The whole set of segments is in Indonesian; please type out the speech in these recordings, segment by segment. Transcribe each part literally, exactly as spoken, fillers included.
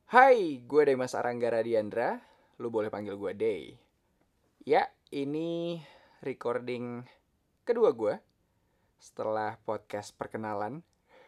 Hai, gue Dimas Aranggara Diandra. Lu boleh panggil gue Day. Ya, ini recording kedua gue setelah podcast perkenalan.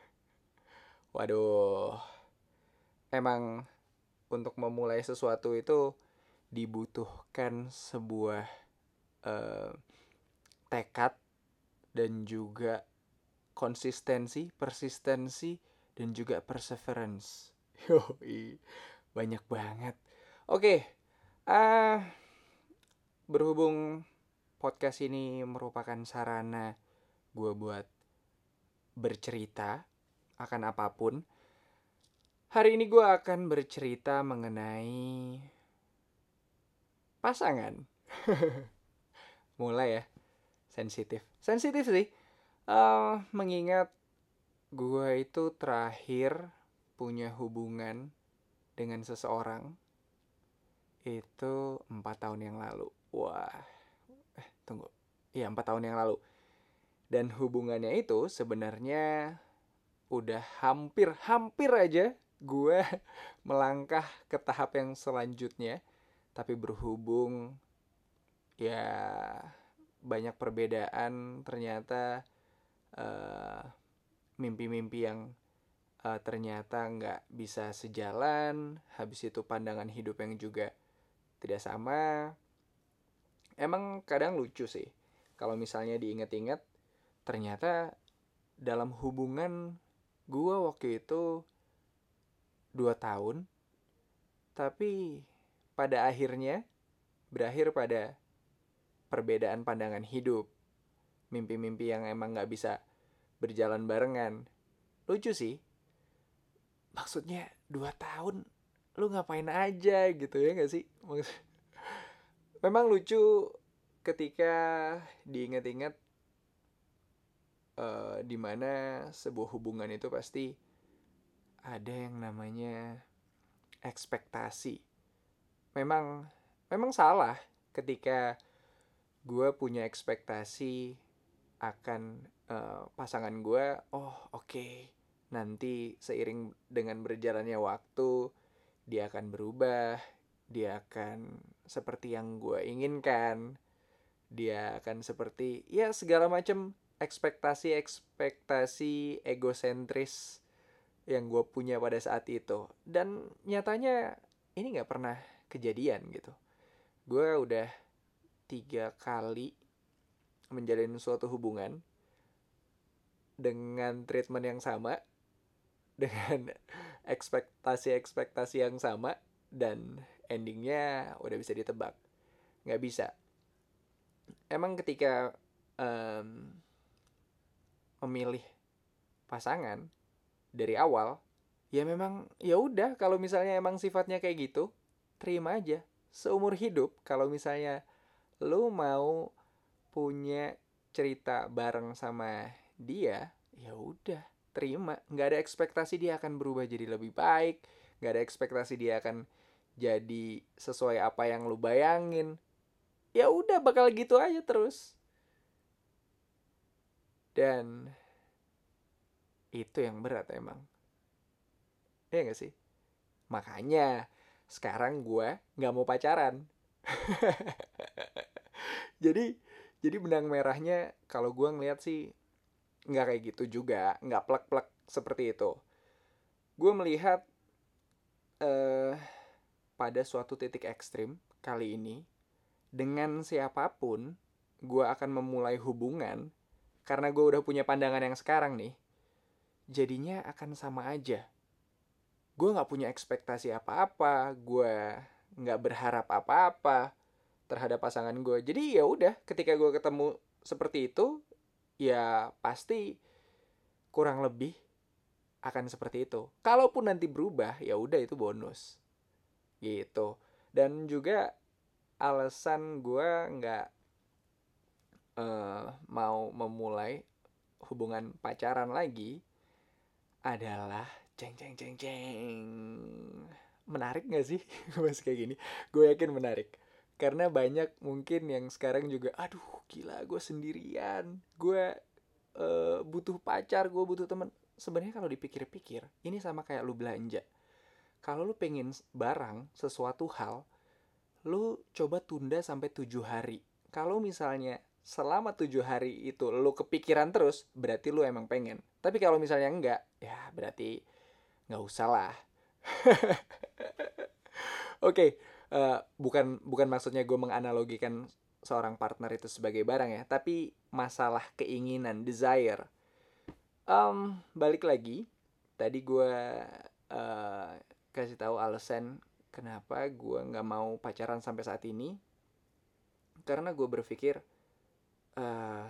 Waduh, emang untuk memulai sesuatu itu dibutuhkan sebuah eh, tekad dan juga konsistensi, persistensi, dan juga perseverance. Yoi, banyak banget. Oke, ah berhubung podcast ini merupakan sarana gue buat bercerita akan apapun. Hari ini gue akan bercerita mengenai pasangan. Mulai ya, sensitif. Sensitif sih. Eh, mengingat gue itu terakhir punya hubungan dengan seseorang itu empat tahun yang lalu. Wah, eh tunggu. Iya, empat tahun yang lalu. Dan hubungannya itu sebenarnya udah hampir-hampir aja gue melangkah ke tahap yang selanjutnya. Tapi berhubung ya banyak perbedaan, ternyata eh, mimpi-mimpi yang eh, ternyata nggak bisa sejalan. Habis itu pandangan hidup yang juga tidak sama. Emang kadang lucu sih kalau misalnya diinget-inget, ternyata dalam hubungan gue waktu itu dua tahun, tapi pada akhirnya berakhir pada perbedaan pandangan hidup, mimpi-mimpi yang emang gak bisa berjalan barengan. Lucu sih, maksudnya dua tahun lu ngapain aja gitu ya gak sih? Memang lucu ketika diingat-ingat, uh, dimana sebuah hubungan itu pasti ada yang namanya ekspektasi. Memang memang salah ketika gue punya ekspektasi akan uh, pasangan gue. Oh oke, okay, nanti seiring dengan berjalannya waktu dia akan berubah, dia akan seperti yang gue inginkan, dia akan seperti ya segala macam ekspektasi-ekspektasi egosentris yang gue punya pada saat itu. Dan nyatanya ini nggak pernah kejadian gitu. Gue udah tiga kali menjalin suatu hubungan dengan treatment yang sama, dengan ekspektasi-ekspektasi yang sama, dan endingnya udah bisa ditebak. Nggak bisa. Emang ketika um, memilih pasangan dari awal, ya memang ya udah, kalau misalnya emang sifatnya kayak gitu, terima aja. Seumur hidup kalau misalnya lu mau punya cerita bareng sama dia, ya udah, terima. Nggak ada ekspektasi dia akan berubah jadi lebih baik, nggak ada ekspektasi dia akan jadi sesuai apa yang lu bayangin. Ya udah, bakal gitu aja terus. Dan itu yang berat emang, ya nggak sih? Makanya sekarang gue nggak mau pacaran. jadi jadi benang merahnya kalau gue ngeliat sih nggak kayak gitu juga, nggak plek-plek seperti itu. Gue melihat eh, pada suatu titik ekstrim kali ini, dengan siapapun gue akan memulai hubungan, karena gue udah punya pandangan yang sekarang nih, jadinya akan sama aja. Gue nggak punya ekspektasi apa-apa, gue nggak berharap apa-apa terhadap pasangan gue. Jadi ya udah, ketika gue ketemu seperti itu, ya pasti kurang lebih akan seperti itu. Kalaupun nanti berubah, ya udah, itu bonus. Gitu. Dan juga alasan gue nggak uh, mau memulai hubungan pacaran lagi adalah ceng ceng ceng ceng. Menarik gak sih mas kayak gini? Gue yakin menarik. Karena banyak mungkin yang sekarang juga, aduh gila gue sendirian, gue uh, butuh pacar, gue butuh teman. Sebenarnya kalau dipikir-pikir, ini sama kayak lu belanja. Kalau lu pengen barang, sesuatu hal, lu coba tunda sampai tujuh hari. Kalau misalnya selama tujuh hari itu lu kepikiran terus, berarti lu emang pengen. Tapi kalau misalnya enggak, ya berarti nggak usah lah. Oke, okay, uh, bukan bukan maksudnya gue menganalogikan seorang partner itu sebagai barang ya, tapi masalah keinginan, desire. Um, balik lagi, tadi gue uh, kasih tahu alasan kenapa gue nggak mau pacaran sampai saat ini, karena gue berpikir uh,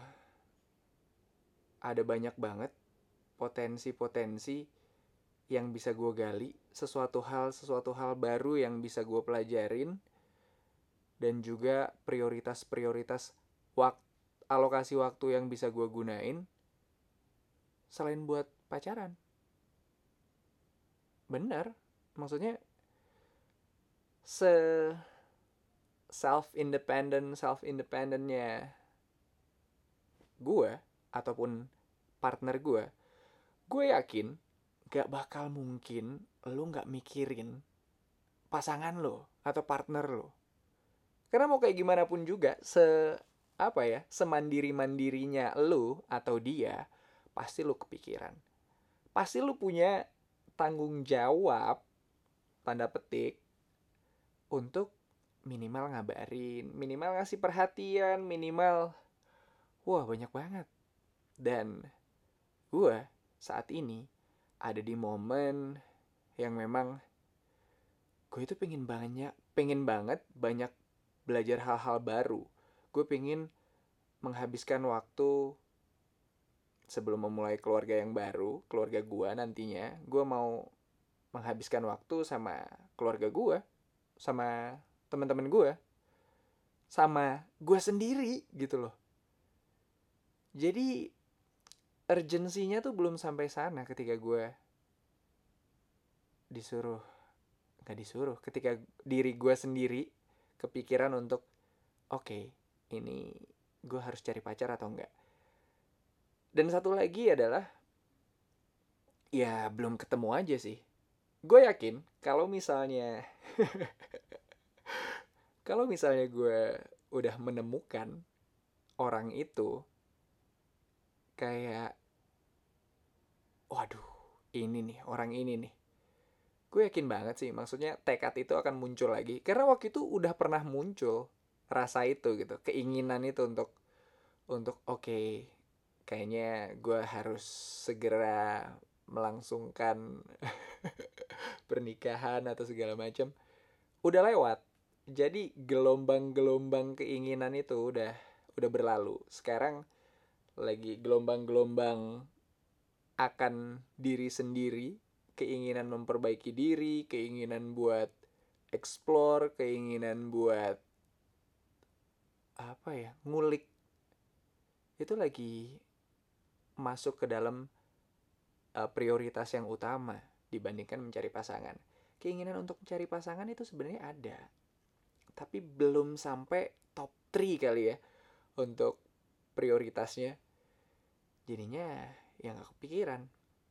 ada banyak banget potensi-potensi yang bisa gue gali, sesuatu hal sesuatu hal baru yang bisa gue pelajarin, dan juga prioritas-prioritas waktu, alokasi waktu yang bisa gue gunain selain buat pacaran. Bener, maksudnya se self independent self independentnya gue ataupun partner gue, gue yakin gak bakal mungkin lo gak mikirin pasangan lo atau partner lo. Karena mau kayak gimana pun juga, se apa ya, semandiri mandirinya lo atau dia, pasti lo kepikiran, pasti lo punya tanggung jawab tanda petik untuk minimal ngabarin, minimal ngasih perhatian, minimal wah banyak banget. Dan gue saat ini ada di momen yang memang gue itu pengen banyak, pengen banget banyak belajar hal-hal baru. Gue pengen menghabiskan waktu sebelum memulai keluarga yang baru, keluarga gue nantinya. Gue mau menghabiskan waktu sama keluarga gue, sama teman-teman gue, sama gue sendiri gitu loh. Jadi urgensinya tuh belum sampai sana ketika gue disuruh, gak disuruh, ketika diri gue sendiri kepikiran untuk oke, okay, ini gue harus cari pacar atau enggak. Dan satu lagi adalah ya belum ketemu aja sih. Gue yakin kalau misalnya kalau misalnya gue udah menemukan orang itu, kayak waduh, ini nih, orang ini nih, gue yakin banget sih, maksudnya tekad itu akan muncul lagi. Karena waktu itu udah pernah muncul rasa itu gitu, keinginan itu untuk untuk oke, okay, kayaknya gue harus segera melangsungkan pernikahan atau segala macam. Udah lewat. Jadi gelombang-gelombang keinginan itu udah udah berlalu. Sekarang lagi gelombang-gelombang akan diri sendiri, keinginan memperbaiki diri, keinginan buat explore, keinginan buat apa ya, ngulik. Itu lagi masuk ke dalam uh, prioritas yang utama dibandingkan mencari pasangan. Keinginan untuk mencari pasangan itu sebenarnya ada, tapi belum sampai top tiga kali ya untuk prioritasnya. Jadinya ya gak kepikiran.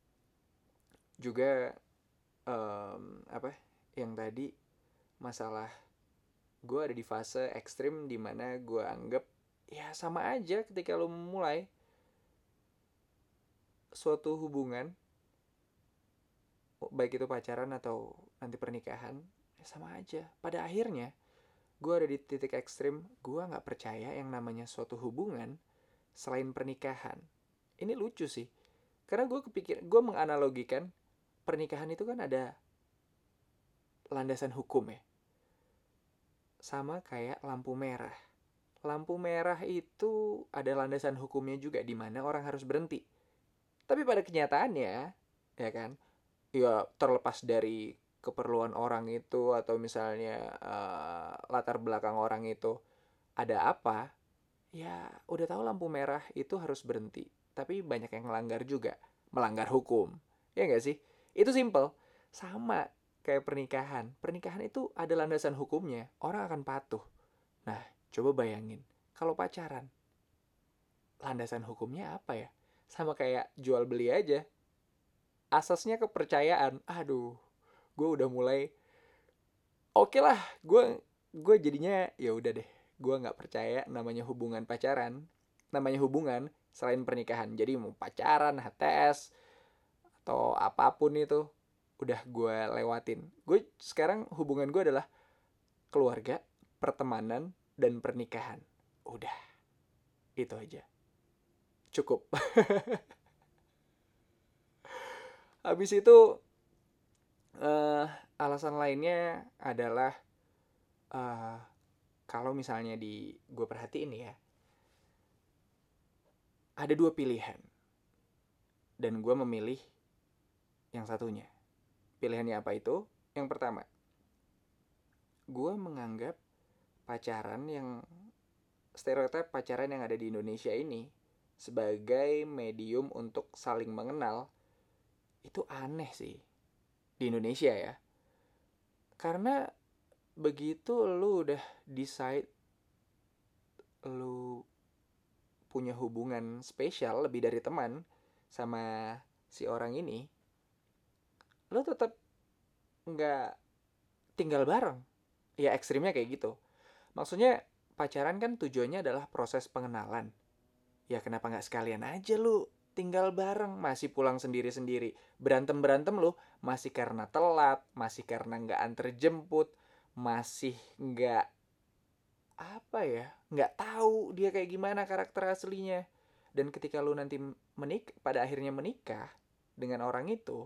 Juga um, apa yang tadi masalah gue ada di fase ekstrim dimana gue anggap ya sama aja ketika lo memulai suatu hubungan, baik itu pacaran atau nanti pernikahan, ya sama aja. Pada akhirnya gue ada di titik ekstrim, gue gak percaya yang namanya suatu hubungan selain pernikahan. Ini lucu sih, karena gue kepikir, gue menganalogikan pernikahan itu kan ada landasan hukum ya, sama kayak lampu merah. Lampu merah itu ada landasan hukumnya juga, di mana orang harus berhenti. Tapi pada kenyataannya, ya kan, ya terlepas dari keperluan orang itu atau misalnya uh, latar belakang orang itu ada apa, ya udah tahu lampu merah itu harus berhenti. Tapi banyak yang melanggar juga, melanggar hukum. Ya nggak sih? Itu simple. Sama kayak pernikahan. Pernikahan itu ada landasan hukumnya. Orang akan patuh. Nah, coba bayangin. Kalau pacaran, landasan hukumnya apa ya? Sama kayak jual beli aja. Asasnya kepercayaan. Aduh, gue udah mulai oke okay lah, gue gue jadinya ya udah deh, gue nggak percaya namanya hubungan pacaran, namanya hubungan selain pernikahan. Jadi mau pacaran, H T S atau apapun itu udah gue lewatin. Gue sekarang hubungan gue adalah keluarga, pertemanan, dan pernikahan. Udah, itu aja. Cukup. Habis itu uh, alasan lainnya adalah uh, kalau misalnya di gue perhatiin ya, ada dua pilihan dan gue memilih yang satunya. Pilihannya apa itu? Yang pertama, gue menganggap pacaran yang stereotip pacaran yang ada di Indonesia ini sebagai medium untuk saling mengenal itu aneh sih di Indonesia ya. Karena begitu lu udah decide lu punya hubungan spesial lebih dari teman sama si orang ini, lu tetap nggak tinggal bareng. Ya ekstrimnya kayak gitu. Maksudnya pacaran kan tujuannya adalah proses pengenalan. Ya kenapa nggak sekalian aja lu tinggal bareng, masih pulang sendiri-sendiri. Berantem-berantem lu masih karena telat, masih karena nggak antar jemput, masih nggak apa ya, nggak tahu dia kayak gimana karakter aslinya. Dan ketika lu nanti menik, pada akhirnya menikah dengan orang itu,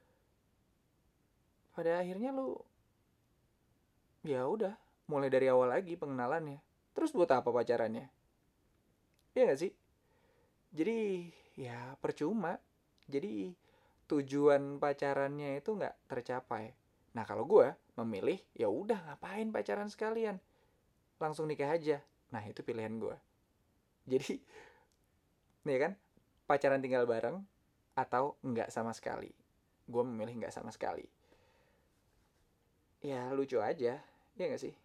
pada akhirnya lu ya udah mulai dari awal lagi pengenalannya. Terus buat apa pacarannya? Iya nggak sih? Jadi ya percuma. Jadi tujuan pacarannya itu nggak tercapai. Nah kalau gue memilih ya udah ngapain pacaran sekalian, langsung nikah aja. Nah itu pilihan gue. Jadi nih kan, pacaran tinggal bareng atau nggak sama sekali. Gue memilih nggak sama sekali. Ya lucu aja, ya nggak sih?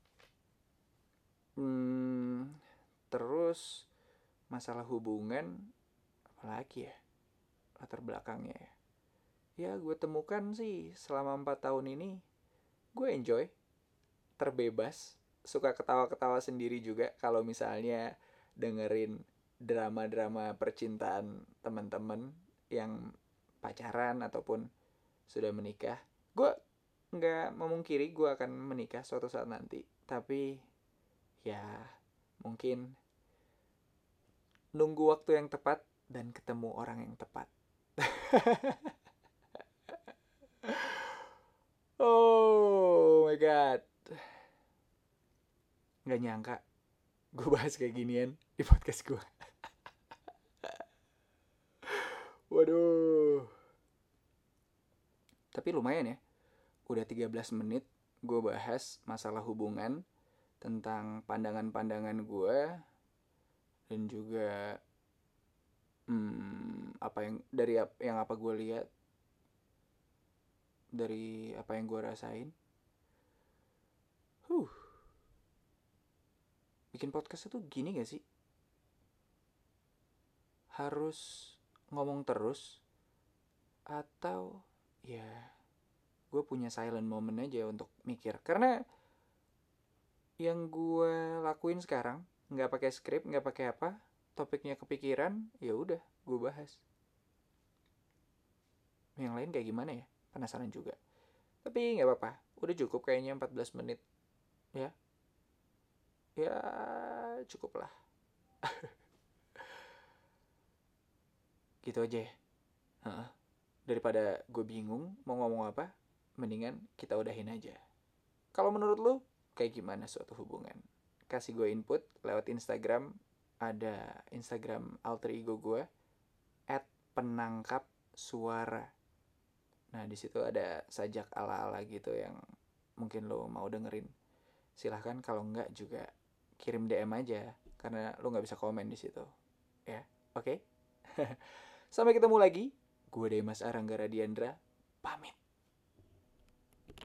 Hmm, terus masalah hubungan apalagi ya latar belakangnya ya. Ya gue temukan sih selama empat tahun ini gue enjoy, terbebas, suka ketawa-ketawa sendiri juga kalau misalnya dengerin drama-drama percintaan teman-teman yang pacaran ataupun sudah menikah. Gue nggak memungkiri gue akan menikah suatu saat nanti, tapi ya mungkin nunggu waktu yang tepat dan ketemu orang yang tepat. Oh my god, nggak nyangka gue bahas kayak ginian di podcast gue. Waduh. Tapi lumayan ya, udah tiga belas menit gue bahas masalah hubungan, tentang pandangan-pandangan gue, dan juga hmm, apa yang dari yang apa gue lihat, dari apa yang gue rasain. Huh, bikin podcast itu gini gak sih? Harus ngomong terus atau ya gue punya silent moment aja untuk mikir. Karena yang gue lakuin sekarang nggak pakai skrip, nggak pakai apa, topiknya kepikiran, ya udah gue bahas. Yang lain kayak gimana ya? Penasaran juga. Tapi nggak apa-apa, udah cukup kayaknya empat belas menit. Ya, ya cukup lah. Gitu aja ya. Heeh. Daripada gue bingung mau ngomong apa, mendingan kita udahin aja. Kalau menurut lu, kayak gimana suatu hubungan? Kasih gue input lewat Instagram. Ada Instagram alter ego gue at penangkap suara. Nah di situ ada sajak ala-ala gitu yang mungkin lo mau dengerin. Silahkan, kalau enggak juga kirim D M aja karena lo nggak bisa komen di situ. Ya, oke? Okay? Sampai ketemu lagi. Gue Demas Aranggara Diandra, pamit.